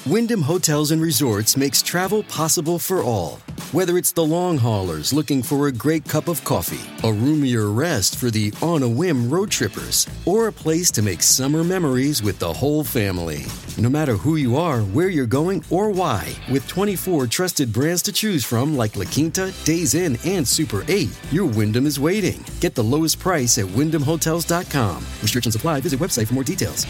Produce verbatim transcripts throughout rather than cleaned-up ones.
Wyndham Hotels and Resorts makes travel possible for all. Whether it's the long haulers looking for a great cup of coffee, a roomier rest for the on-a-whim road trippers, or a place to make summer memories with the whole family. No matter who you are, where you're going, or why, with twenty-four trusted brands to choose from like La Quinta, Days Inn, and Super eight, your Wyndham is waiting. Get the lowest price at wyndham hotels dot com. Restrictions apply. Visit website for more details.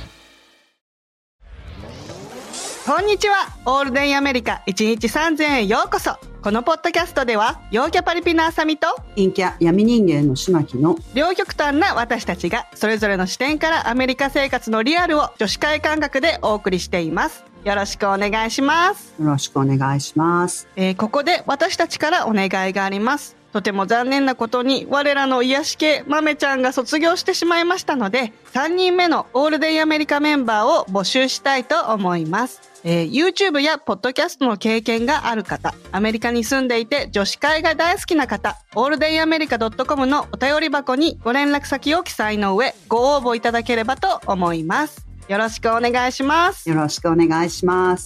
こんにちは。オールデンアメリカいちにちさんぜんえんへようこそ。このポッドキャストでは陽キャパリピのあさみと陰キャ闇人間の島木の両極端な私たちがそれぞれの視点からアメリカ生活のリアルを女子会感覚でお送りしています。よろしくお願いします。 よろしくお願いします、 えー、ここで私たちからお願いがあります。とても残念なことに我らの癒し系豆ちゃんが卒業してしまいましたので、さんにんめのオールデンアメリカメンバーを募集したいと思います。えー、YouTube やポッドキャストの経験がある方、アメリカに住んでいて女子会が大好きな方、オールデンアメリカ ドットコム のお便り箱にご連絡先を記載の上ご応募いただければと思います。よろしくお願いします。 よろしくお願いします。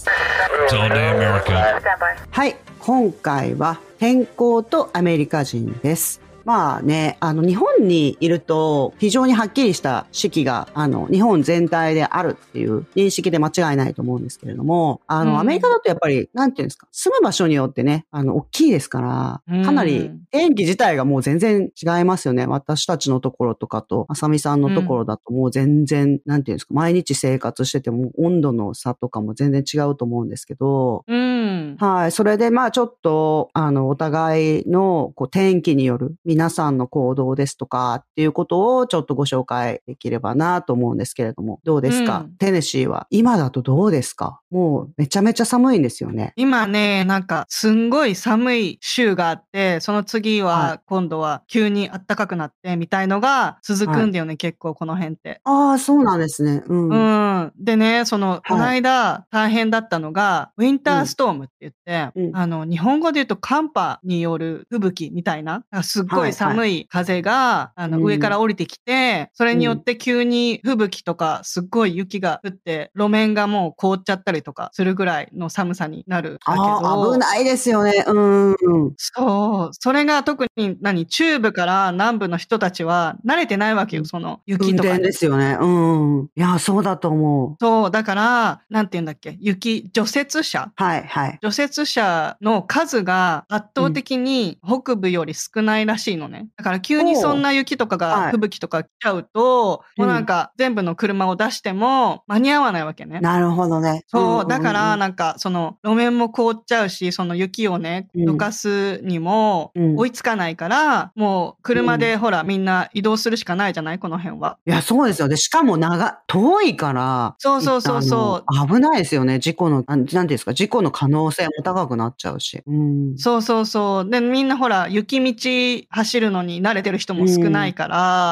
はい、今回は健康とアメリカ人です。まあね、あの日本にいると非常にはっきりした四季があの日本全体であるっていう認識で間違いないと思うんですけれども、あの、うん、アメリカだとやっぱりなんていうんですか、住む場所によってね、あの大きいですから、かなり天気自体がもう全然違いますよね。私たちのところとかとあさみさんのところだともう全然、うん、なんていうんですか、毎日生活してても温度の差とかも全然違うと思うんですけど、 うん、 はい、それでまあちょっとあのお互いのこう天気による皆さんの行動ですとかっていうことをちょっとご紹介できればなと思うんですけれども、どうですか、うん、テネシーは今だとどうですか？もうめちゃめちゃ寒いんですよね。 今ね、なんかすんごい寒い週があって、その次は今度は急に暖かくなってみたいのが続くんだよね、はい、結構この辺って。 ああ、そうなんですね。うん。 うん。でね、その、この間大変だったのが、ウィンターストームって言って、うん、あの、日本語で言うと寒波による吹雪みたいな、すっごい寒い風が、はいはい、あの、上から降りてきて、それによって急に吹雪とか、すっごい雪が降って、路面がもう凍っちゃったりとかするぐらいの寒さになるんだけど。 ああ、危ないですよね。うん。 そう。それが特に、何、中部から南部の人たちは慣れてないわけよ、その雪とか。 運転ですよね。うん。いや、そうだと思う。 そう、だから、なんて言うんだっけ、雪、除雪車。 はいはい。 除雪車の数が圧倒的に北部より少ないらしいのね。だから急にそんな雪とかが、吹雪とか来ちゃうと、もうなんか全部の車を出しても間に合わないわけね。 なるほどね。 そう、だからなんかその路面も凍っちゃうし、その雪をね、どかすにも追いつかないから、うん、もう車でほらみんな移動するしかないじゃない、この辺は。 いや、そうですよ。で、しかも長、遠いから、 そうそうそうそう。 危ないですよね。事故の、なんていうんですか、事故の可能性も高くなっちゃうし。うん、 そうそうそう。で、みんなほら、雪道走るのに慣れてる人も少ないから、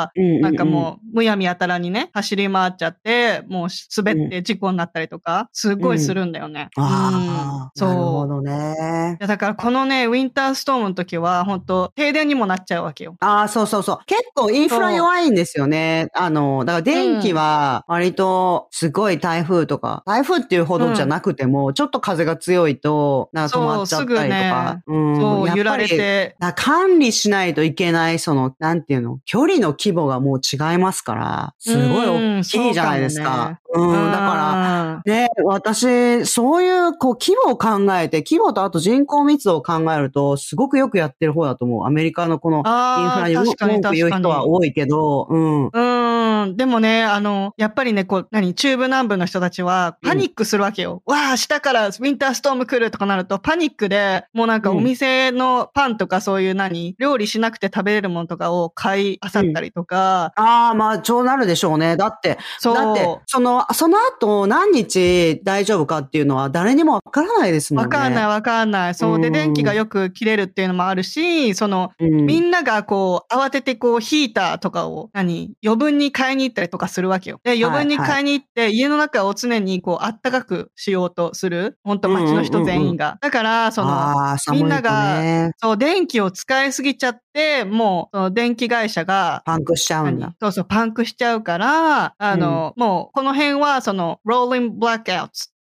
うん、なんかもう、むやみやたらにね、走り回っちゃって、もう滑って事故になったりとか、すっごいするんだよね。 うん、ああ、そう。なるほどね。 いやだからこのね、ウィンターストームの時は、本当停電にもなっちゃうわけよ。 ああ、そうそうそう。結構インフラ弱いんですよね。あの、だから電気は、割と、すごい台風とか、台風っていうほどじゃなくても、うん、ちょっと風が強いと、なんか止まっちゃったりとか。 ね、うん、そう、揺られて。 管理しないといけない、その、なんていうの、距離の規模がもう違いますから、すごい大きいじゃないですか。うん、うん、だから、ね、私、そういう、こう、規模を考えて、規模とあと人口密度を考えると、すごくよくやってる方だと思う。アメリカのこのインフラに文句言う人は多いけど、うん。 うん。でもね、あの、やっぱりね、こう、何、中部南部の人たちは、パニックするわけよ。うん、わあ、下からウィンターストーム来るとかなると、パニックで、もうなんかお店のパンとかそういう何、料理しなくて食べれるものとかを買い漁ったりとか。 うん、ああ、まあ、そうなるでしょうね。だって、そう。だって、その、その後何日大丈夫かっていうのは誰にもわからないですもんね。 わかんないわかんない。そう。で、電気がよく切れるっていうのもあるし、その、うん、みんながこう、慌ててこう、ヒーターとかを、何、余分に買いに行ったりとかするわけよ。で、余分に買いに行って、はいはい、家の中を常にこう、あったかくしようとする。本当街の人全員が。うんうんうん、だから、その、みんなが、そう、電気を使いすぎちゃって、もう、その電気会社が、 パンクしちゃうんだ。 そうそう、パンクしちゃうから、あの、うん、もう、この辺は、その、ローリングブラックアウト。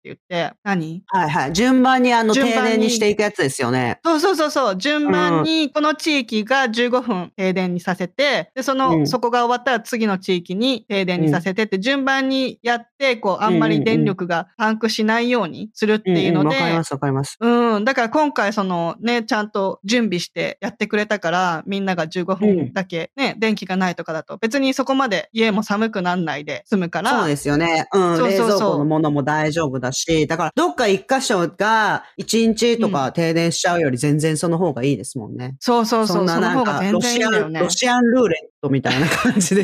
言って、何はいはい。順番にあの、停電にしていくやつですよね。 そうそうそうそう。順番に、この地域がじゅうごふん停電にさせて、で、その、うん、そこが終わったら次の地域に停電にさせてって、順番にやって、こう、あんまり電力がパンクしないようにするっていうので。わ、 うんうん、かりますわかります。 うん。だから今回そのね、ちゃんと準備してやってくれたから、みんながじゅうごふんだけね、うん、電気がないとかだと、別にそこまで家も寒くなんないで済むから。 そうですよね。うん。そうそうそう、冷蔵庫のものも大丈夫だし、だからどっか一箇所が一日とか停電しちゃうより全然その方がいいですもんね。 そうそうそう。そんななんかロシアン、ロシアンルーレットみたいな感じです。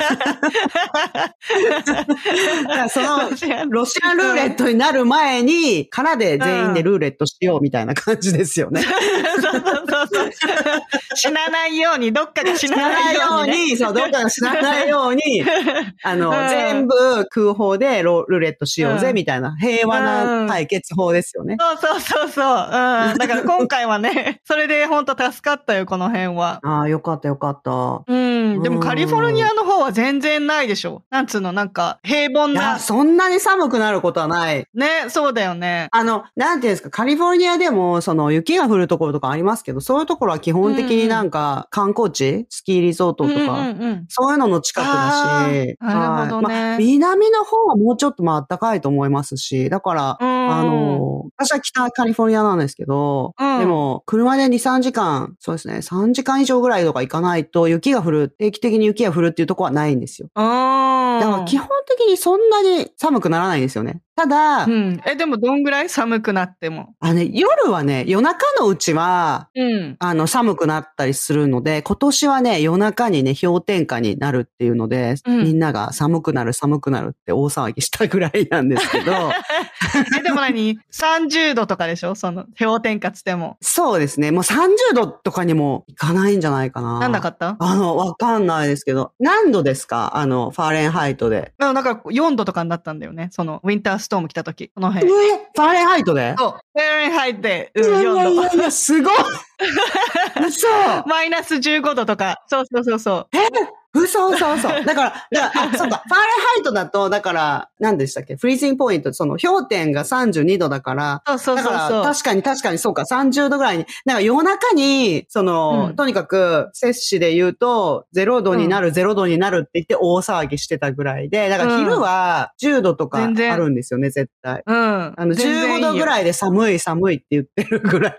そのロシアンルーレットになる前に、からで全員でルーレットしようみたいな感じですよね。 そうそうそう。死なないように、どっかで死なないように、ね。 死なないように、そう、どっかで死なないように、あの、うん、全部空砲でルーレットしようぜ、みたいな平和な解決法ですよね。 うん、そうそうそうそう。うん。だから今回はね、それで本当助かったよ、この辺は。 ああ、よかったよかった。 うん。でもカリフォルニアの方は全然ないでしょ。なんつうの、なんか平凡な。いや、 そんなに寒くなることはない。 ね、そうだよね。 あの、なんていうんですか、カリフォルニアでも、その雪が降るところとかありますけど、そういうところは基本的になんか観光地、うんうん、スキーリゾートとか、うんうんうん、そういうのの近くだし、 なるほどね。 まあ、南の方はもうちょっとまあ暖かいと思いますし、だから、あの、私は北カリフォルニアなんですけど、うん、でも、車でに、さんじかん、そうですね、さんじかん以上ぐらいとか行かないと雪が降る、定期的に雪が降るっていうところはないんですよ。だから基本的にそんなに寒くならないんですよね。ただ、 うん、え、でもどんぐらい寒くなっても。 あのね、夜はね、夜中のうちは、うん、あの、寒くなったりするので、今年はね、夜中にね、氷点下になるっていうので、うん、みんなが寒くなる寒くなるって大騒ぎしたぐらいなんですけど。 え、でも何 ?さんじゅう 度とかでしょその、氷点下つっても。 そうですね。もうさんじゅうどとかにもいかないんじゃないかな。 なんだかったあの、わかんないですけど。何度ですかあの、ファーレンハイトで。 なんかよんどとかになったんだよね。その、ウィンターストーム来た時。この辺。 えファーレンハイトでそう。ファーレンハイトで、うん、よんど。 いやいやいや、すごい嘘マイナスじゅうごどとか。そうそうそうそう。 え嘘嘘嘘。だから、だから、あ、そうか。ファーレンハイトだと、だから、何でしたっけフリーズングポイント、その氷点がさんじゅうにどだから、 そうそうそうそう。 だから、確かに確かにそうか、さんじゅうどぐらいに、なんか夜中に、その、うん、とにかく、摂氏で言うと、ゼロどになる、ゼロどになるって言って大騒ぎしてたぐらいで、だから昼はじゅうどとかあるんですよね、絶対。 うん。 あの、じゅうごどぐらいで寒い寒いって言ってるぐらい。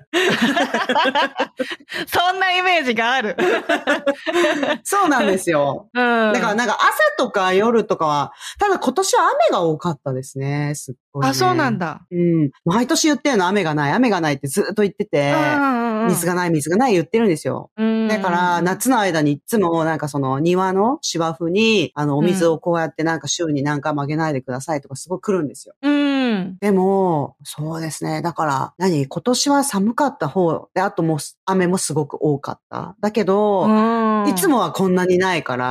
そんなイメージがある。 そうなんですよ。うん。だからなんか朝とか夜とかは、ただ今年は雨が多かったですね。すっごい、ね。 あ、そうなんだ。 うん。毎年言ってるの雨がない、雨がないってずっと言ってて、うんうん、水がない、水がない言ってるんですよ。うん、だから夏の間にいつもなんかその庭の芝生に、あのお水をこうやってなんか週に何回もあげないでくださいとかすごい来るんですよ。 うん。 でも、そうですね。だから、何今年は寒かった方で、あともう雨もすごく多かった。だけど、いつもはこんなにないから、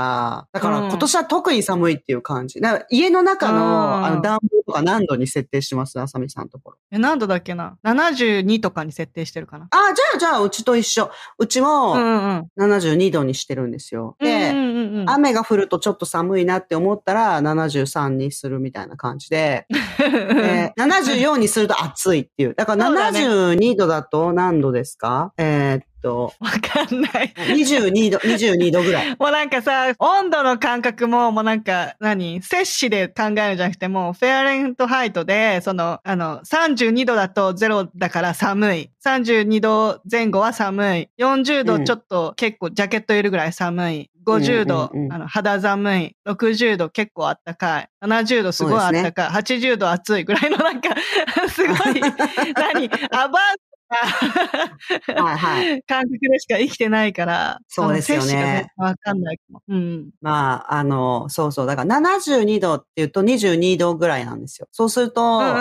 だから今年は特に寒いっていう感じ。だから家の中の、あの暖房とか何度に設定してます？あさみさんのところ。 え、何度だっけな ?ななじゅうに とかに設定してるかな。 あ、じゃあじゃあうちと一緒。うちもななじゅうにどにしてるんですよ。で、うんうんうん、雨が降るとちょっと寒いなって思ったらななじゅうさんにするみたいな感じで、でななじゅうよんにすると暑いっていう。だからななじゅうにどだと何度ですか？えーと。 わかんない。 にじゅうにど、にじゅうにどぐらい。 もうなんかさ、温度の感覚も、もうなんか、何摂氏で考えるんじゃなくて、もうフェアレントハイトで、その、あの、さんじゅうにどだとゼロだから寒い。さんじゅうにどぜん後は寒い。よんじゅうどちょっと結構ジャケットいるぐらい寒い。ごじゅうど、うんうんうん、あの肌寒い。ろくじゅうど結構あったかい。ななじゅうどすごいあったかい。ね、はちじゅうど暑いぐらいのなんか、すごい、何アバーはいはい。 感覚でしか生きてないから。 そうですよね。 わかんないかも。うん。 まあ、あの、そうそう。だからななじゅうにどって言うとにじゅうにどぐらいなんですよ。そうすると、うんうんうん、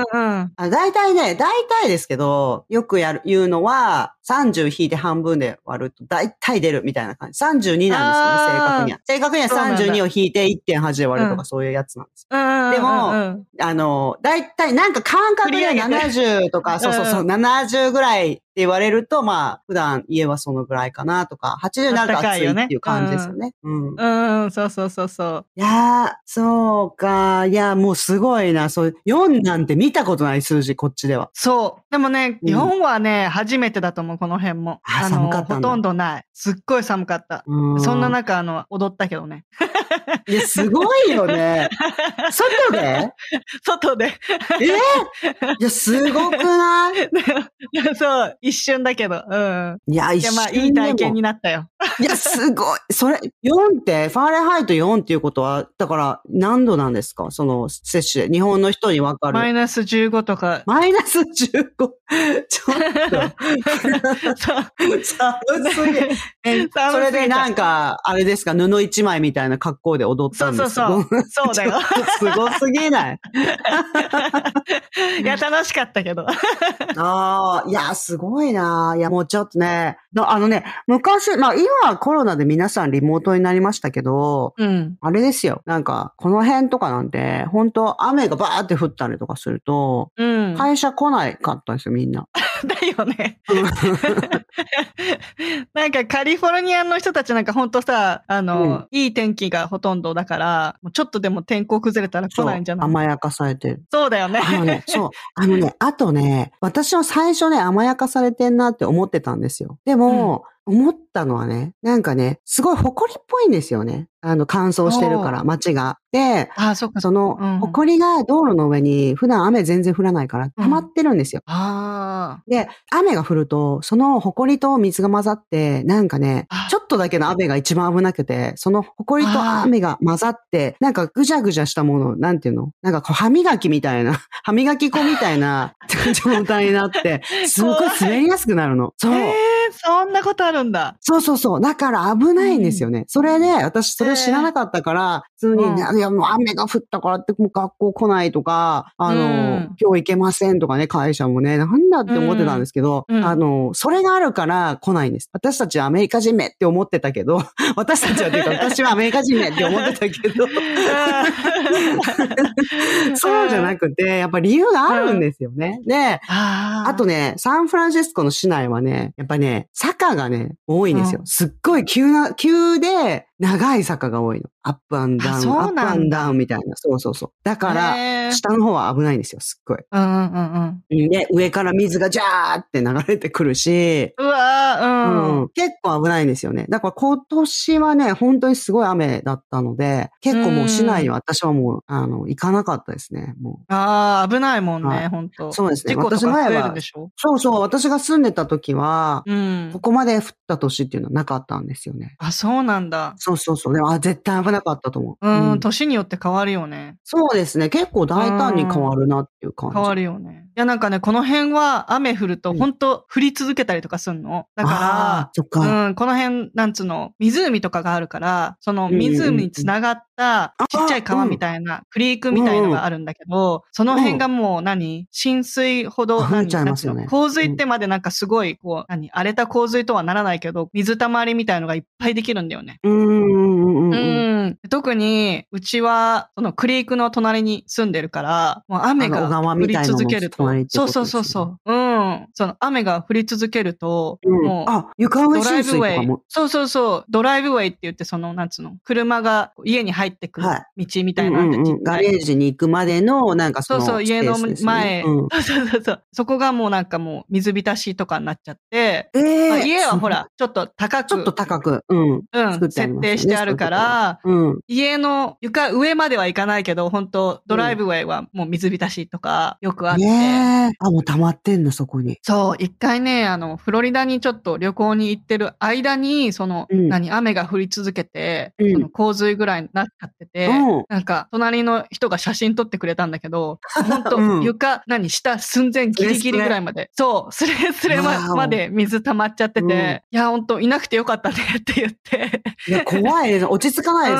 大体ね、大体ですけど、よくやる、言うのは、さんじゅう引いて半分で割ると大体出るみたいな感じ。さんじゅうになんですよね、正確には。正確にはさんじゅうにを引いて いってんはち で割るとかそういうやつなんですよ。うん、でも、うんうん、あの、大体なんか感覚でななじゅうとか、そうそうそう、ななじゅうぐらい言われると、まあ、普段家はそのぐらいかなとか、はちじゅうになると暑いっていう感じですよね。うん。 うん、そうそうそうそう。 いやー、そうか。いや、もうすごいな。そう、よんなんて見たことない数字、こっちでは。 そう。でもね、よんはね、初めてだと思う、この辺も。 あ、寒かったんだ。 ほとんどない。すっごい寒かった。そんな中、あの、踊ったけどね。 いや、すごいよね。外で外で。 えー、いや、すごくないそう、一瞬だけど。うん。 いや、一瞬でも。 いや、まあ、いい体験になったよ。 いや、すごい。それ、よんって、ファーレンハイトよんっていうことは、だから何度なんですかその摂取で。日本の人にわかる。 マイナスじゅうごとか。 マイナスじゅうご。ちょっと。寒すぎ。え、それでなんか、あれですか、布一枚みたいな格好で踊ったんですか？ そうそうそう。そうだよ。 すごすぎない？ いや、楽しかったけど。 ああ、いや、すごいな。いや、もうちょっとね、あのね、昔、まあ今はコロナで皆さんリモートになりましたけど、 うん、 あれですよ。なんか、この辺とかなんて、本当雨がバーって降ったりとかすると、うん、会社来ないかったですよ、みんな。 だよね。なんかカリフォルニアの人たちなんかほんとさ、あの、うん、いい天気がほとんどだから、ちょっとでも天候崩れたら来ないんじゃない？ 甘やかされてる。 そうだよね。 あのね、そう。あのね、あとね、私は最初ね、甘やかされてんなって思ってたんですよ。でも、うん思ったのはね、なんかね、すごい埃っぽいんですよね。あの、乾燥してるから、街が。で、 あそっかその、うん、埃が道路の上に普段雨全然降らないから溜まってるんですよ。 うん、あで、雨が降ると、その埃と水が混ざって、なんかね、ちょっとだけの雨が一番危なくて、その埃と雨が混ざって、なんかぐじゃぐじゃしたもの、なんていうの？なんかこう歯磨きみたいな、歯磨き粉みたいな状態になって、すごい滑りやすくなるの。そう。 えー、そんなことあるんだ。 そうそうそう。だから危ないんですよね。うん、それで、私それ知らなかったから、普通に、うん、いやもう雨が降ったからってもう学校来ないとか、あの、うん、今日行けませんとかね、会社もね、なんだって思ってたんですけど、うん、あの、それがあるから来ないんです。私たちはアメリカ人めって思ってたけど、私たちはっていうか、私はアメリカ人めって思ってたけど、そうじゃなくて、やっぱ理由があるんですよね。で、あとね、サンフランシスコの市内はね、やっぱね、坂がね、多いんですよ。すっごい急な、急で長い坂が多いの。アップアンダウン、アップアンダウンみたいな。そうそうそう。だから、下の方は危ないんですよ、すっごい。 うんうんうん。 で、上から水がジャーって流れてくるし、 うわー、うん、 うん。結構危ないんですよね。だから今年はね、本当にすごい雨だったので、結構もう市内に私はもう、あの、行かなかったですね、もう。 ああ、危ないもんね、はい、本当。 そうですね。 事故とか増えるでしょ？ そうそう。私が住んでた時は、うん、ここまで降った年っていうのはなかったんですよね。 あ、そうなんだ。 そうそうそう。でも、あ、絶対危なかったと思う。 うん、年によって変わるよね。 そうですね。結構大胆に変わるなっていう感じ。 変わるよね。いや、なんかね、この辺は雨降ると本当降り続けたりとかすんの。だから、 そっか。 うん、この辺、なんつうの、湖とかがあるから、その湖につながったちっちゃい川みたいな、クリークみたいのがあるんだけど、その辺がもう何浸水ほど、 何ちゃいますよね。 洪水ってまでなんかすごい、こう、何荒れた洪水とはならないけど、水たまりみたいのがいっぱいできるんだよね。 うん。 うん。特に、うちは、そのクリークの隣に住んでるから、もう雨が降り続けると。そうそうそうそう。うん。その雨が降り続けると、 うん、 もう、 あ、床上浸水とかも。 そうそうそう。ドライブウェイって言って、その、なんつうの、車が家に入ってくる道みたいな、はいうんうんうん。 ガレージに行くまでの、なんかその、 そうそう、家の前、うん、そうそうそう。そこがもうなんかもう水浸しとかになっちゃって、 えーまあ、家はほら、ちょっと高く。 ちょっと高く、うん。 うん、設定してあるから、うん、家の床上まではいかないけど、本当ドライブウェイはもう水浸しとかよくあって。 ねえ。あ、もう溜まってんの、そこに。 そう、一回ね、あの、フロリダにちょっと旅行に行ってる間に、その、うん、何、雨が降り続けて、うん、その洪水ぐらいになっちゃってて、うん、なんか、隣の人が写真撮ってくれたんだけど、本当、うん、床、何、下寸前ギリギリぐらいまで、そう、スレスレま、まで水溜まっちゃってて、いや、本当いなくてよかったねって言って。 いや、怖いです。落ち着かないです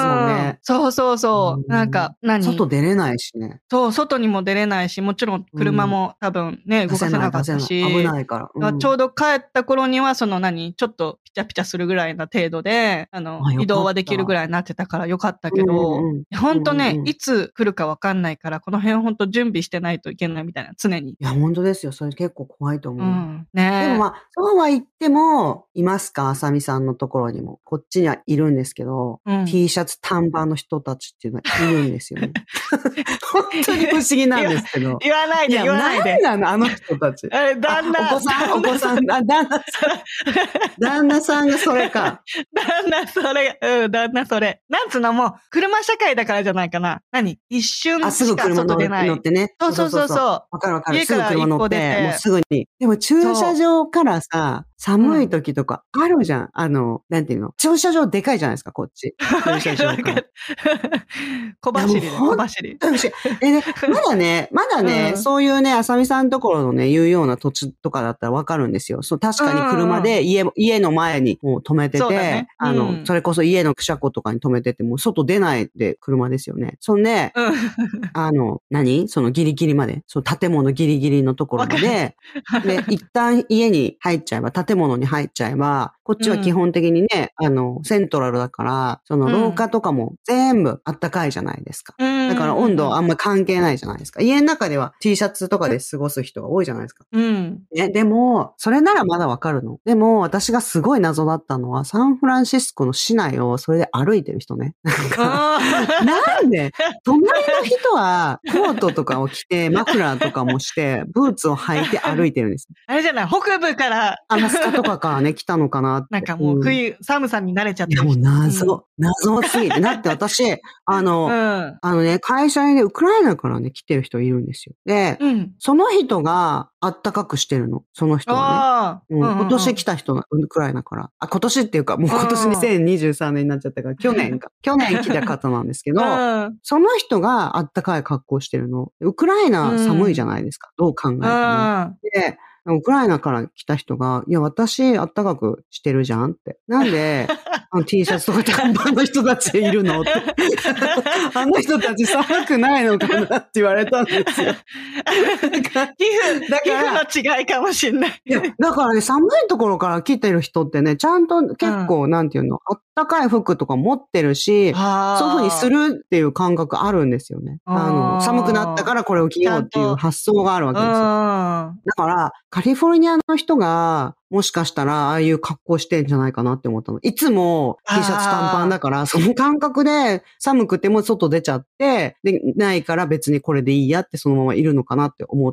もんね。 そうそうそう。なんか、何外出れないしね。 そう、外にも出れないし、もちろん車も多分ね、動かせなかったし。 危ないから。 うん、ちょうど帰った頃には、その何、ちょっとピチャピチャするぐらいな程度で、あの、移動はできるぐらいになってたからよかったけど、うんうん、ほんとね、うんうん、いつ来るかわかんないから、この辺ほんと準備してないといけないみたいな、常に。 いや、ほんとですよ。それ結構怖いと思う。うん、 ねでもまあ、そうは言っても、いますか？あさみさんのところにも。こっちにはいるんですけど、うん、T シャツ短パンの人たちっていうのはいるんですよね。本当に不思議なんですけど。 言わないで、言わないで。 何なのあの人たち。 あれ、旦那。 お子さん、お子さん、あ、旦那さん。旦那さんがそれか。 旦那それ、うん、旦那それ。なんつうのもう、車社会だからじゃないかな。何一瞬しか外出ない。 あ、すぐ車乗ってね。 そうそうそうそう。 わかるわかる。すぐ車乗って、もうすぐに。でも駐車場からさ、寒い時とかあるじゃん。うん、あの、なんていうの。駐車場でかいじゃないですか、こっち。駐車場から。 小走りで、小走り。 え、ね、まだね、まだね、うん、そういうね、あさみさんのところのね、言うような土地とかだったらわかるんですよ。そう、確かに車で家、うんうん、家の前にもう止めてて、ね、あの、うん、それこそ家の車庫とかに止めてて、もう外出ないで車ですよね。そんで、うん、あの、何そのギリギリまで、その建物ギリギリのところまで、で、一旦家に入っちゃえば、建物に入っちゃえば、こっちは基本的にね、うん、あの、セントラルだから、その廊下とかも全部あったかいじゃないですか。うん、だから温度あんま関係ないじゃないですか。家の中では T シャツとかで過ごす人が多いじゃないですか。 うん。 ね、でも、それならまだわかるの。でも、私がすごい謎だったのは、サンフランシスコの市内をそれで歩いてる人ね。なんか、なんで、隣の人はコートとかを着て、マフラーとかもして、ブーツを履いて歩いてるんです。 あれじゃない、北部から。 アラスカとかからね、来たのかなって。 なんかもう冬、うん、寒さに慣れちゃってる。 いやもう謎、うん、謎すぎて。だって私、あの、うん、あのね、会社にね、ウクライナからね、来てる人いるんですよ。で、うん、その人があったかくしてるの。その人はね。うんうんうん、今年来た人がウクライナから。あ、今年っていうか、もう今年にせんにじゅうさんねんになっちゃったから、去年か。去年来た方なんですけど、うん、その人があったかい格好してるの。ウクライナ寒いじゃないですか。うん、どう考えても。で、ウクライナから来た人が、いや、私、あったかくしてるじゃんって。なんで、あの T シャツとか短パンの人たちいるのって。あの人たち寒くないのかなって言われたんですよ。 皮膚、だから皮膚の違いかもしんない。 いや、だからね、寒いところから来てる人ってね、ちゃんと結構、うん、なんていうの、あったかい服とか持ってるし、そういう風にするっていう感覚あるんですよね。あの、寒くなったからこれを着ようっていう発想があるわけですよ。だから、カリフォルニアの人が、もしかしたら、ああいう格好してんじゃないかなって思ったの。いつも T シャツ短パンだから、その感覚で寒くても外出ちゃって、で、ないから別にこれでいいやってそのままいるのかなって思って、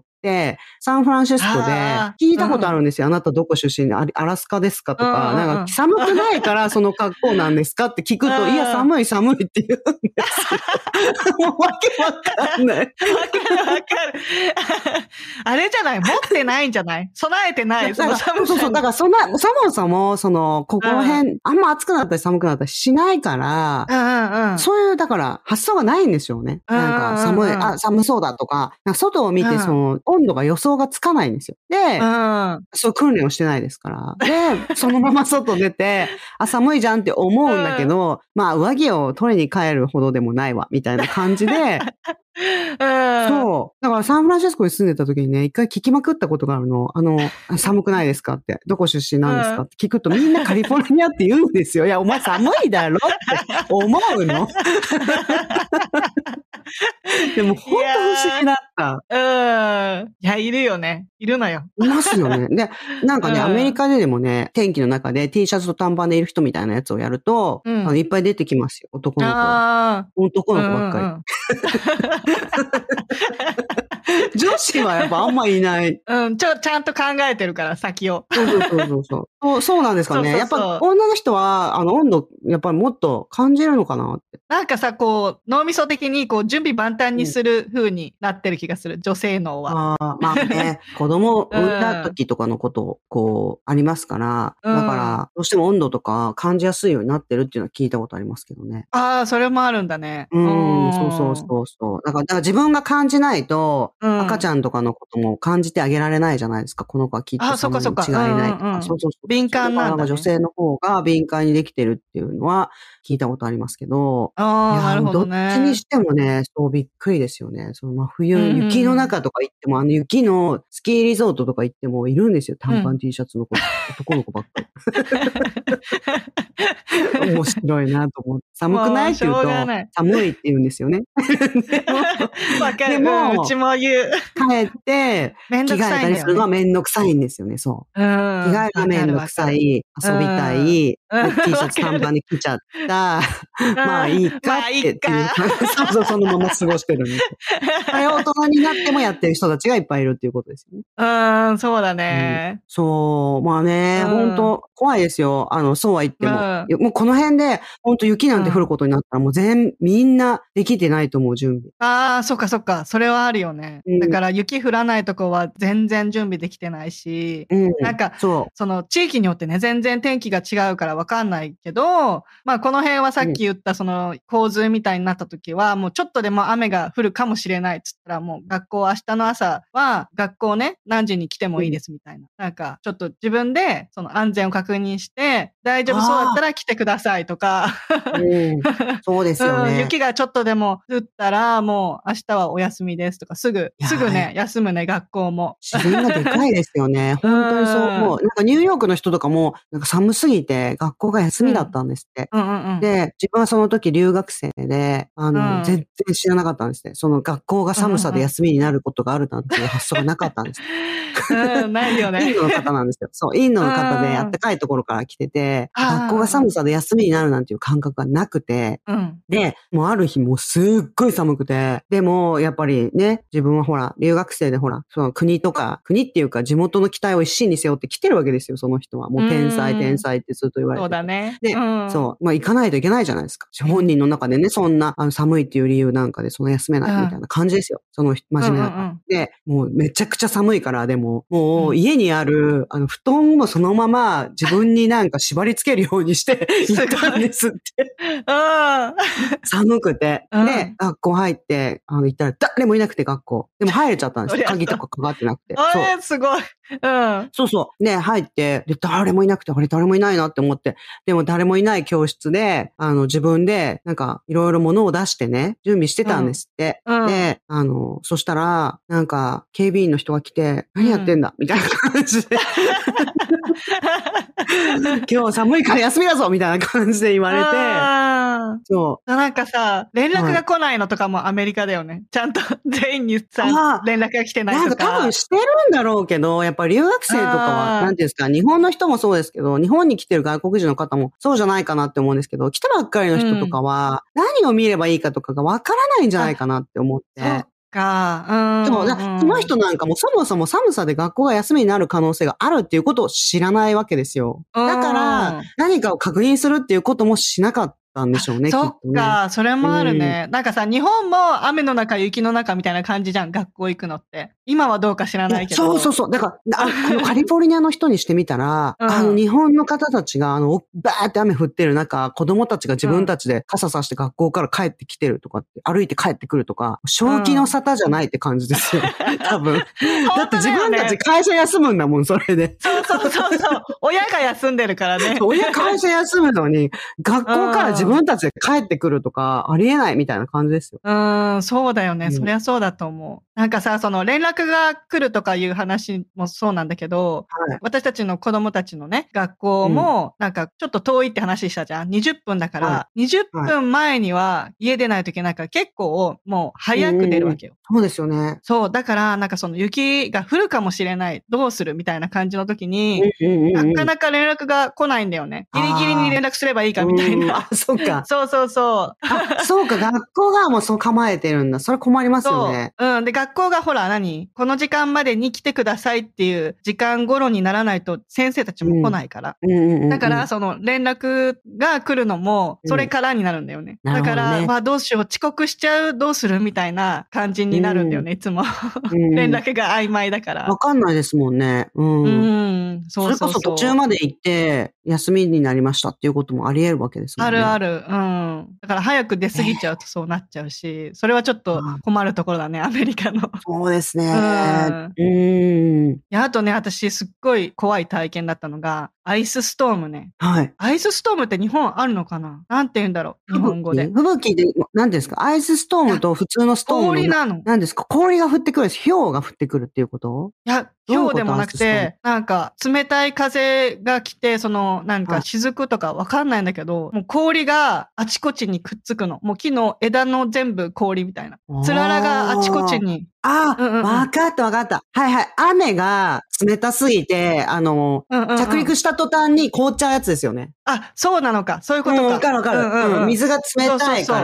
サンフランシスコで聞いたことあるんですよ。あなたどこ出身で、アラスカですかとか、なんか寒くないからその格好なんですかって聞くと、いや寒い寒いって言うんですよ。もうわけわかんない。わかるわかる。あれじゃない持ってないんじゃない備えてない。その寒さ。 そう、だからそんな、そもそも、その、ここら辺、うん、あんま暑くなったり寒くなったりしないから、 うんうんうん、 そういう、だから、発想がないんでしょうね。うんうんうん、なんか、寒い、あ、寒そうだとか、なんか外を見て、その、温度が予想がつかないんですよ。で、うん、そういう訓練をしてないですから。で、そのまま外出て、あ、寒いじゃんって思うんだけど、うん、まあ、上着を取りに帰るほどでもないわ、みたいな感じで、 うん、 そう。だからサンフランシスコに住んでた時にね、一回聞きまくったことがあるの。あの、寒くないですかって。どこ出身なんですかって聞くとみんなカリフォルニアって言うんですよ。いや、お前寒いだろって思うのでも本当不思議だった。 うん。いや、いるよね。いるのよ。 いますよね。で、なんかね、うん、アメリカででもね、天気の中で T シャツと短パンでいる人みたいなやつをやると、うん、あのいっぱい出てきますよ。男の子。男の子ばっかり。うんうん女子はやっぱあんまいない。 うん、ちょ、ちゃんと考えてるから、先を。 そうそうそうそうそう。そうなんですかね。そうそうそうやっぱ女の人は、あの、温度、やっぱりもっと感じるのかなって。 なんかさ、こう、脳みそ的に、こう、準備万端にする風になってる気がする、うん、女性脳は。 ああ、まあね、子供を産んだ時とかのこと、こう、ありますから、うん、だから、どうしても温度とか感じやすいようになってるっていうのは聞いたことありますけどね。 ああ、それもあるんだね。 うん、そうそうそうそう。だから、だから自分が感じないと、 うん、赤ちゃんとかのことも感じてあげられないじゃないですか。この子はきっと寒いに違いないとか。うんうん、そうそうそう。 敏感なんだね。 女性の方が敏感にできてるっていうのは聞いたことありますけど。 ああ、なるほどね。 どっちにしてもね、そうびっくりですよね。その真冬、うんうん、雪の中とか行っても、あの雪のスキーリゾートとか行ってもいるんですよ。短パン T シャツの子、うん、男の子ばっかり。面白いなと思って。寒くないって言うと、寒いって言うんですよね。 わかる。でも、うちも言う。 帰って、着替えたりするのはめんどくさいんですよね、そう。うん、着替えがめんどくさい、遊びたい、うん、T シャツ短パンで着ちゃった、まあいいかってっていう、そうそう、そのまま過ごしてるんですよ。あれ大人になってもやってる人たちがいっぱいいるっていうことですよね。 うん、そうだね。 うん、そう、まあね、ほんと怖いですよ。あの、そうは言っても。うん、もうこの辺で、ほんと雪なんて降ることになったら、もう全、みんなできてないと思う、準備。 ああ、そっかそっか。それはあるよね。うん、だから雪降らないとこは全然準備できてないし、うん、なんか、そう。その地域によってね、全然天気が違うからわかんないけど、まあこの辺はさっき言ったその洪水みたいになった時は、もうちょっとでも雨が降るかもしれないっつったら、もう学校明日の朝は学校ね、何時に来てもいいですみたいな。うん、なんか、ちょっと自分でその安全を確認して、大丈夫そうだったら来てくださいとか。 うん、そうですよね、 うん。雪がちょっとでも降ったら、もう明日はお休みですとか、すぐ、すぐね、休むね、学校も。 自然がでかいですよね。本当にそう思う。なんかニューヨークの人とかも、なんか寒すぎて学校が休みだったんですって。うんうんうん、で、自分はその時留学生で、あの、うん、全然知らなかったんですね。その学校が寒さで休みになることがあるなんていう発想がなかったんです。 うん、ないよね。 インドの方なんですよ。そう、インドの方であったかいところから来てて、学校が寒さで休みになるなんていう感覚がなくて、うん、で、もうある日もうすっごい寒くて、でもやっぱりね、自分はほら、留学生でほら、その国とか、国っていうか地元の期待を一身に背負って来てるわけですよ、その人は。もう天才、天才ってずっと言われて。 そうだね。 で、うん、そう、まあ行かないといけないじゃないですか。本人の中でね、そんなあの寒いっていう理由なんかでその休めないみたいな感じですよ。その真面目だから。うんうんうん、で、もうめちゃくちゃ寒いから、でも、もう家にある、あの布団もそのまま自分になんか縛り付けるようにして行ったんですって。寒くて。で、学校入って、あの行ったら誰もいなくて学校。でも入れちゃったんですよ。鍵とかかかってなくて。 あれすごい。うん。 そうそう。で、入って、で、誰もいなくて、あれ誰もいないなって思って。でも誰もいない教室で、あの、自分で、なんか、いろいろ物を出してね、準備してたんですって。うんうん、で、あの、そしたら、なんか、警備員の人が来て、何やってんだ、うん、みたいな感じで。今日寒いから休みだぞみたいな感じで言われて。 そう。なんかさ、連絡が来ないのとかもアメリカだよね。はい、ちゃんと全員にさ、連絡が来てないとか。 なんか多分してるんだろうけど、やっぱり留学生とかは、なんていうんですか、日本の人もそうですけど、日本に来てる外国人の方もそうじゃないかなって思うんですけど、来たばっかりの人とかは、何を見ればいいかとかがわからないんじゃないかなって思って。 か、うん。 そう、その人なんかもそもそも寒さで学校が休みになる可能性があるっていうことを知らないわけですよ。だから、何かを確認するっていうこともしなかったんでしょうね、 そっか、 ね、 それもあるね、うん。なんかさ、日本も雨の中、雪の中みたいな感じじゃん、学校行くのって。今はどうか知らないけど。 そうそうそう。だから、あこのカリフォルニアの人にしてみたら、うん、あの、日本の方たちが、あの、バーって雨降ってる中、子供たちが自分たちで傘さして学校から帰ってきてるとかって、歩いて帰ってくるとか、正気の沙汰じゃないって感じですよ。うん、多分。だって自分たち会社休むんだもん、それで。 そうそうそうそう。親が休んでるからね。 親会社休むのに、学校から自分たちで帰ってくるとか、ありえないみたいな感じですよ。 うん、そうだよね。うん、そりゃそうだと思う。なんかさ、その連絡が来るとかいう話もそうなんだけど、はい、私たちの子供たちのね、学校も、なんかちょっと遠いって話したじゃん。にじゅっぷんだから、はい、にじゅっぷんまえには家出ないといけないから、結構もう早く出るわけよ。 そうですよね。 そう、だから、なんかその雪が降るかもしれない、どうするみたいな感じの時に、なかなか連絡が来ないんだよね。ギリギリに連絡すればいいかみたいな。 あ、そうか。 そうそうそう。 あ、そうか、学校がもうそう構えてるんだ。それ困りますよね。 そう。うん。で、学校がほら何この時間までに来てくださいっていう時間頃にならないと先生たちも来ないから。うんうんうんうん、だから、その連絡が来るのも、それからになるんだよね。うん、だから、ね、まあどうしよう、遅刻しちゃう、どうするみたいな感じになるんだよね、うん、いつも。連絡が曖昧だから。 わかんないですもんね。うん。 うん。そうそうそう。 それこそ途中まで行って、 休みになりましたっていうこともあり得るわけですもんね。 あるある。うん。だから早く出過ぎちゃうとそうなっちゃうし、それはちょっと困るところだね、アメリカの。 そうですね。 うん。 うん。 いや、あとね、私すっごい怖い体験だったのが、アイスストームね。 はい。 アイスストームって日本あるのかな？なんて言うんだろう、日本語で。 吹雪で、何ですか？アイスストームと普通のストームの。 氷なの。 何ですか？氷が降ってくるんです。氷が降ってくるっていうこと？ いや、氷でもなくて、なんか冷たい風が来て、そのなんか雫とかわかんないんだけど、もう氷があちこちにくっつくの。もう木の枝の全部氷みたいな。つららがあちこちに。 ああ、うんうんうん、わかったわかった。はいはい。雨が冷たすぎて、あの、うんうんうん、着陸した途端に凍っちゃうやつですよね。 あ、そうなのか。そういうことか。 うん、わかるわかる、うんうんうん。水が冷たいから、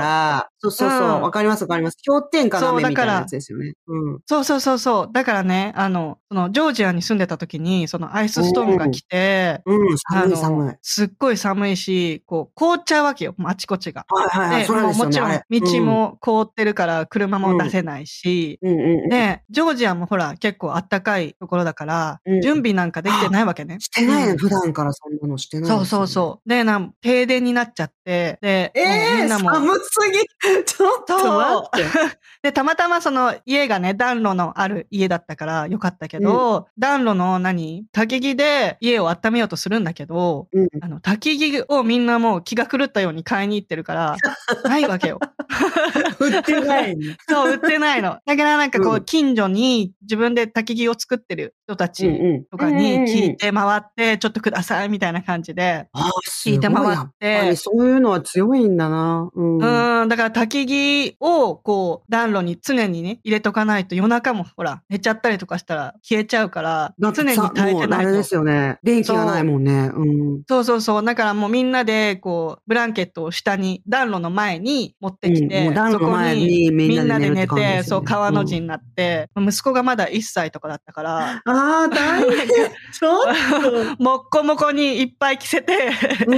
そうそうそう。わ、うん、かりますわかります。氷点下の雨みたいなやつですよね。うん。 そうそうそうそう。だからね、あの、その、ジョージアに住んでた時に、そのアイスストームが来て、 うん、うん、寒い寒い。 すっごい寒いし、こう、凍っちゃうわけよ。あちこちが。 はいはいはい。 で、 そうなんですよね、 もちろん、道も凍ってるから、車も出せないし、うんうんうんうん、で、ジョージアもほら、結構あったかいところだから、うん、準備なんかできてないわけね。 してないね、うん、普段からそんなのしてない、ね。 そうそうそう。で、なん、停電になっちゃって、で、 えー、みんなも寒すぎ。ちょっと待って。 で、たまたまその家がね、暖炉のある家だったからよかったけど、うん、暖炉の何焚き木で家を温めようとするんだけど、うん、あの、焚き木をみんなもう気が狂ったように買いに行ってるから、ないわけよ。 売ってないの。 そう、売ってないの。だからなんかこう、近所に自分で焚き木を作ってる人たちとかに聞いて回って、ちょっとくださいみたいな感じで、聞いて回って。 そういうのは強いんだな。うん。 うん、だから焚き木をこう、暖炉に常にね、入れとかないと夜中もほら、寝ちゃったりとかしたら消えちゃうから、常に耐えてないと。 あれですよね。電気がないもんね。うん。 そうそうそう。だからもうみんなでこう、ブランケットを下に、暖炉の前に持ってきて、 うん、暖炉の前にみんなで寝て、ね、 そう、川の字になって、うん、息子がまだいっさいとかだったから、 ああ、大変。ちょっと。 もっこもこにいっぱい着せて、うん、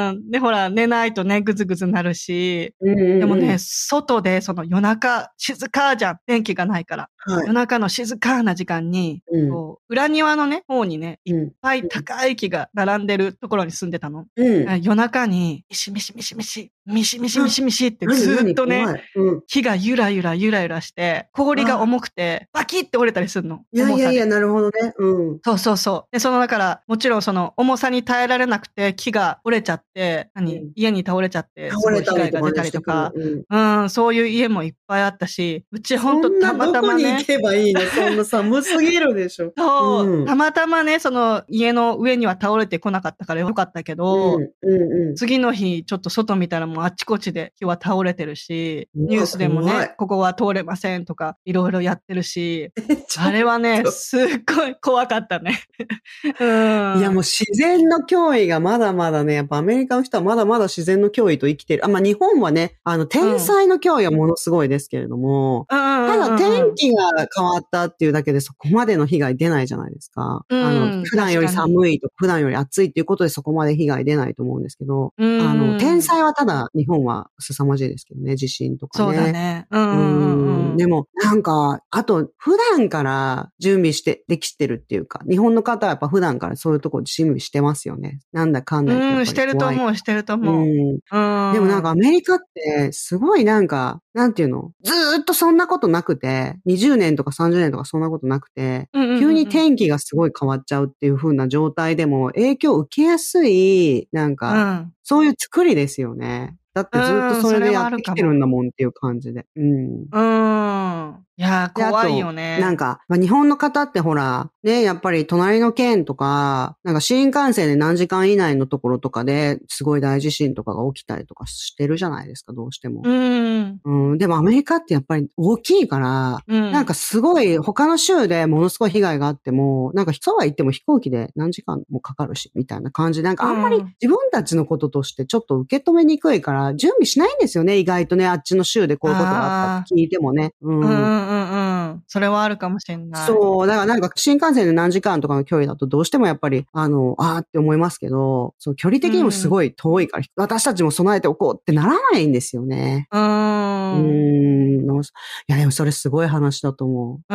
うん。で、ほら、寝ないとね、ぐずぐずなるし、うんうんうん、でもね、外でその夜中、静かじゃん。電気がないから。はい、夜中の静かな時間に、うん、こう裏庭のね、方にね、いっぱい高い木が並んでるところに住んでたの。うん、夜中に、ミシミシミシミシ、ミシミシミシミシってずーっとね、うん、木がゆらゆらゆらゆらして、氷が重くて、バキって折れたりするの。 いやいやいや、なるほどね。うん。 そうそうそう。で、その、だから、もちろんその、重さに耐えられなくて、木が折れちゃって、何、うん、家に倒れちゃって、すごい被害が出たりとか、うん、うん、そういう家もいっぱいあったし、うちほんとたまたまね。 どこに行けばいいの？そんな寒すぎるでしょ。 そう、うん、たまたまね、その、家の上には倒れてこなかったからよかったけど、うんうんうん、次の日、ちょっと外見たらもうあっちこっちで木は倒れてるし、ニュースでもね、ここは通れませんとか、いろいろやってるし、あれはね、すっごい怖かったね。 うん、いやもう自然の脅威がまだまだね、やっぱアメリカの人はまだまだ自然の脅威と生きてる。あ、まあ日本はね、あの天災の脅威はものすごいですけれども、うん、ただ天気が変わったっていうだけでそこまでの被害出ないじゃないですか。うん、あの普段より寒いとか普段より暑いっていうことでそこまで被害出ないと思うんですけど、うん、あの天災はただ日本は凄まじいですけどね、地震とかね。 そうだね。うんうんうん、 でもなんか、あと普段から準備してできてるっていうか、日本の方はやっぱ普段からそういうところ準備してますよね。なんだかんだ言って。 うん、してると思う、してると思う。うん。うんでもなんかアメリカってすごいなんか、なんていうの？ずーっとそんなことなくて、にじゅうねんとかさんじゅうねんとかそんなことなくて、うんうんうんうん、急に天気がすごい変わっちゃうっていう風な状態でも影響を受けやすい、なんか、うん、そういう作りですよね。だってずっとそれでやってきてるんだもんっていう感じで。うん。 うん。いやー、怖いよね。 なんか、まあ、日本の方ってほら、ね、やっぱり隣の県とか、なんか新幹線で何時間以内のところとかですごい大地震とかが起きたりとかしてるじゃないですか、どうしても。うん。うん。でもアメリカってやっぱり大きいから、うん、なんかすごい他の州でものすごい被害があっても、なんかそうは言っても飛行機で何時間もかかるし、みたいな感じで、なんかあんまり自分たちのこととしてちょっと受け止めにくいから、準備しないんですよね、意外とね、あっちの州でこういうことがあったって聞いてもね。うん。うんうんうん。それはあるかもしれない。 そう。だからなんか新幹線で何時間とかの距離だとどうしてもやっぱり、あの、あーって思いますけど、そう、距離的にもすごい遠いから、うん、私たちも備えておこうってならないんですよね。 うーん。 うーん。いや、でもそれすごい話だと思う。 うん。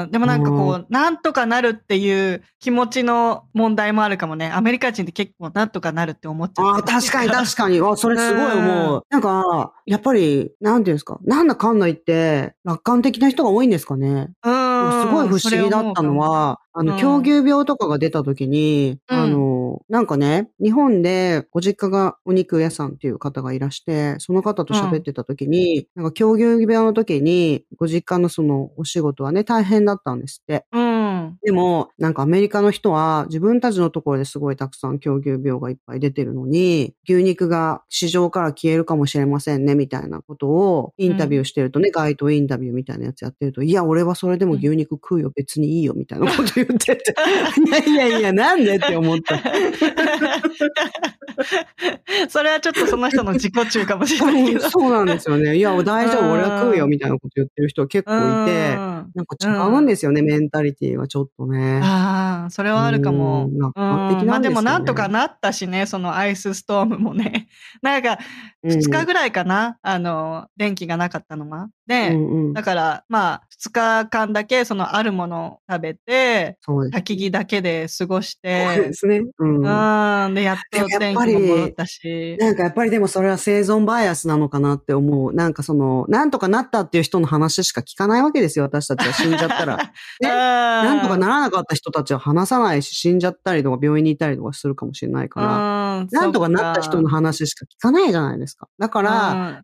でもなんかこう、なんとかなるっていう気持ちの問題もあるかもね。アメリカ人って結構なんとかなるって思っちゃう。 ああ、確かに確かに。あ、それすごい思う。なんか、やっぱり、なんていうんですか。なんだかんだ言って、楽観的な人が多いんですかね。 うん。 すごい不思議だったのは、あの、狂牛病とかが出た時に、うん、あの、なんかね、日本でご実家がお肉屋さんっていう方がいらして、その方と喋ってた時に、うん、なんか狂牛病の時に、ご実家のそのお仕事はね、大変だったんですって。 うん。 でも、なんかアメリカの人は自分たちのところですごいたくさん狂牛病がいっぱい出てるのに、牛肉が市場から消えるかもしれませんね、みたいなことをインタビューしてるとね、うん、街頭インタビューみたいなやつやってると、いや、俺はそれでも牛肉食うよ、別にいいよ、みたいなこと言ってて。いやいやいや、なんでって思った。 それはちょっとその人の自己中かもしれないけど。 そうなんですよね。いや、大丈夫、俺は食うよ、みたいなこと言ってる人結構いて、なんか違うんですよね、メンタリティはちょっとね。 ああ、それはあるかも。 楽観的なんですよね。 まあでもなんとかなったしね、そのアイスストームもね。なんか、ふつかぐらいかな、うん、あの、電気がなかったのは。で、うんうん、だから、まあ、ふつかかんだけ、そのあるものを食べて、焚き木だけで過ごして、 そうですね。うん。 うん。で、やっと電気も戻ったし。 なんかやっぱりでもそれは生存バイアスなのかなって思う。なんかその、なんとかなったっていう人の話しか聞かないわけですよ、私たちは死んじゃったら。ね、なんとかならなかった人たちは話さないし、死んじゃったりとか病院にいたりとかするかもしれないから、なんとかなった人の話しか聞かないじゃないですか。だから、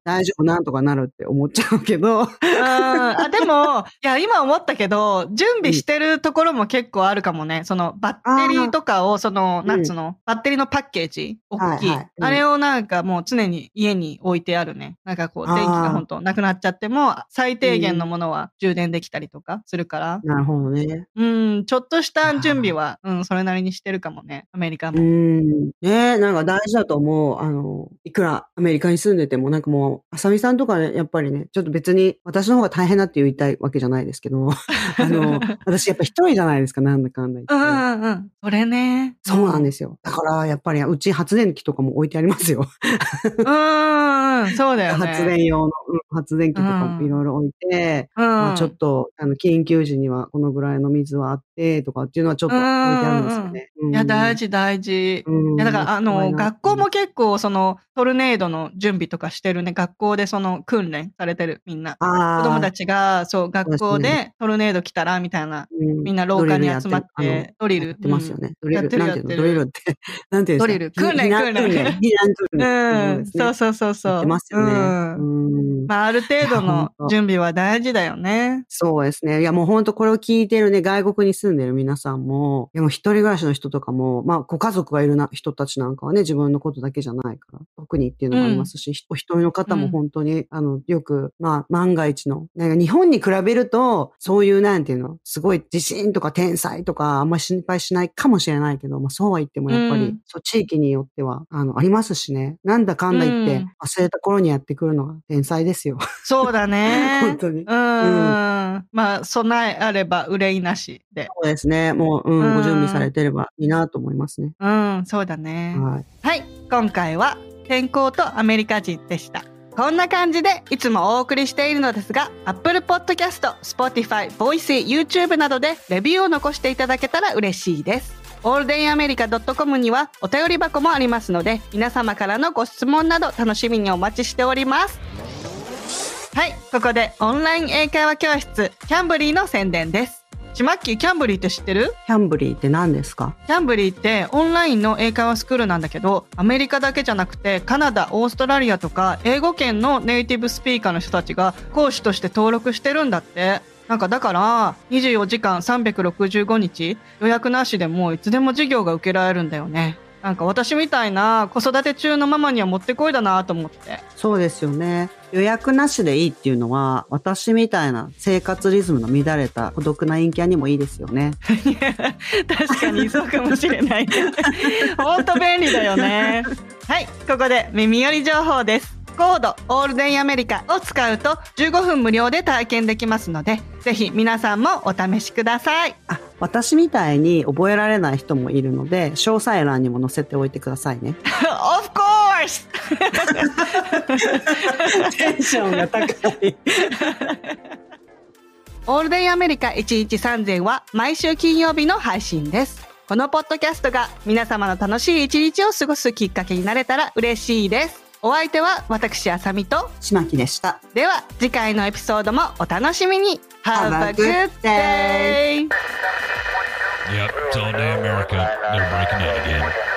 大丈夫、なんとかなるって思っちゃうけど。 あでも、いや、今思ったけど、準備してるところも結構あるかもね。その、バッテリーとかを、その、なんつうの、バッテリーのパッケージ、大きい、はいはいうん。あれをなんかもう常に家に置いてあるね。なんかこう、電気が本当なくなっちゃっても、最低限のものは充電できたりとかするから。 なるほどね。 うん、ちょっとした準備は、うん、それなりにしてるかもね。アメリカも。 うん。ねなんか大事だと思う。あの、いくらアメリカに住んでても、なんかもう、あさみさんとかね、やっぱりね、ちょっと別に私の方が大変だって言いたいわけじゃないですけど、あの、私やっぱ一人じゃないですか、なんだかんだ言って。 うんうんうん。それね。 そうなんですよ。だからやっぱりうち発電機とかも置いてありますよ。 うんうん、そうだよね。 発電用の、うん、発電機とかもいろいろ置いて、うんまあ、ちょっとあの緊急時にはこのぐらいの水はあってとかっていうのはちょっと置いてあるんですよね。 うんうん、いや大事大事。うん、いやだからあの学校も結構そのトルネードの準備とかしてるね。学校でその訓練されてるみんな。子供たちがそう学校でトルネード来たらみたいな、うん、みんな廊下に集まってドリルやってますよね。ドリルやってるやってる。ドリルってなんていうんですか。 ドリル訓練訓練。 避難訓練。 うん、そうそうそうそう。 やってますよね。 うん。まあある程度の準備は大事だよね。 そうですね。いやもう本当これを聞いてるね、外国に住んでる皆さんも、でも一人暮らしの人とかも、まあご家族がいるな人たちなんかはね、自分のことだけじゃないから、特にっていうのもありますし、うん、お一人の方も本当に、うん、あの、よく、まあ万が一の、なんか日本に比べると、そういうなんていうの、すごい自信とか天才とかあんまり心配しないかもしれないけど、まあそうは言ってもやっぱり、うん、そう地域によっては、あの、ありますしね。なんだかんだ言って、忘れた頃にやってくるのが天才ですよ。 そうだね。 本当に。 うん。まあ、備えあれば憂いなしで。 そうですね。もう、うん、ご準備されてればいいなと思いますね。 うん、そうだね。はい。はい。今回は、天候とアメリカ人でした。こんな感じでいつもお送りしているのですが、Apple Podcast、Spotify、Voicy、YouTube などでレビューを残していただけたら嬉しいです。オールデンアメリカ .com にはお便り箱もありますので、皆様からのご質問など楽しみにお待ちしております。はい、ここでオンライン英会話教室キャンブリーの宣伝です。ちまっきー、キャンブリーって知ってる？ キャンブリーって何ですか？ キャンブリーってオンラインの英会話スクールなんだけど、アメリカだけじゃなくてカナダ、オーストラリアとか英語圏のネイティブスピーカーの人たちが講師として登録してるんだって。なんかだからにじゅうよじかんさんびゃくろくじゅうごにち予約なしでもいつでも授業が受けられるんだよね。なんか私みたいな子育て中のママにはもってこいだなと思って。 そうですよね。予約なしでいいっていうのは、私みたいな生活リズムの乱れた孤独な陰キャにもいいですよね。 いや、確かにそうかもしれない。ほんと便利だよね。はい、ここで耳寄り情報です。 コードオールデンアメリカを使うとじゅうごふん無料で体験できますので、ぜひ皆さんもお試しください。 あ、私みたいに覚えられない人もいるので、詳細欄にも載せておいてくださいね。 Of course! テンションが高い。 オールデンアメリカいちにちさんぜんは毎週金曜日の配信です。このポッドキャストが皆様の楽しい一日を過ごすきっかけになれたら嬉しいです。お相手は私あさみと島木でした。 では次回のエピソードもお楽しみに。 Have a good day! Yep, it's all day America. They're breaking it again.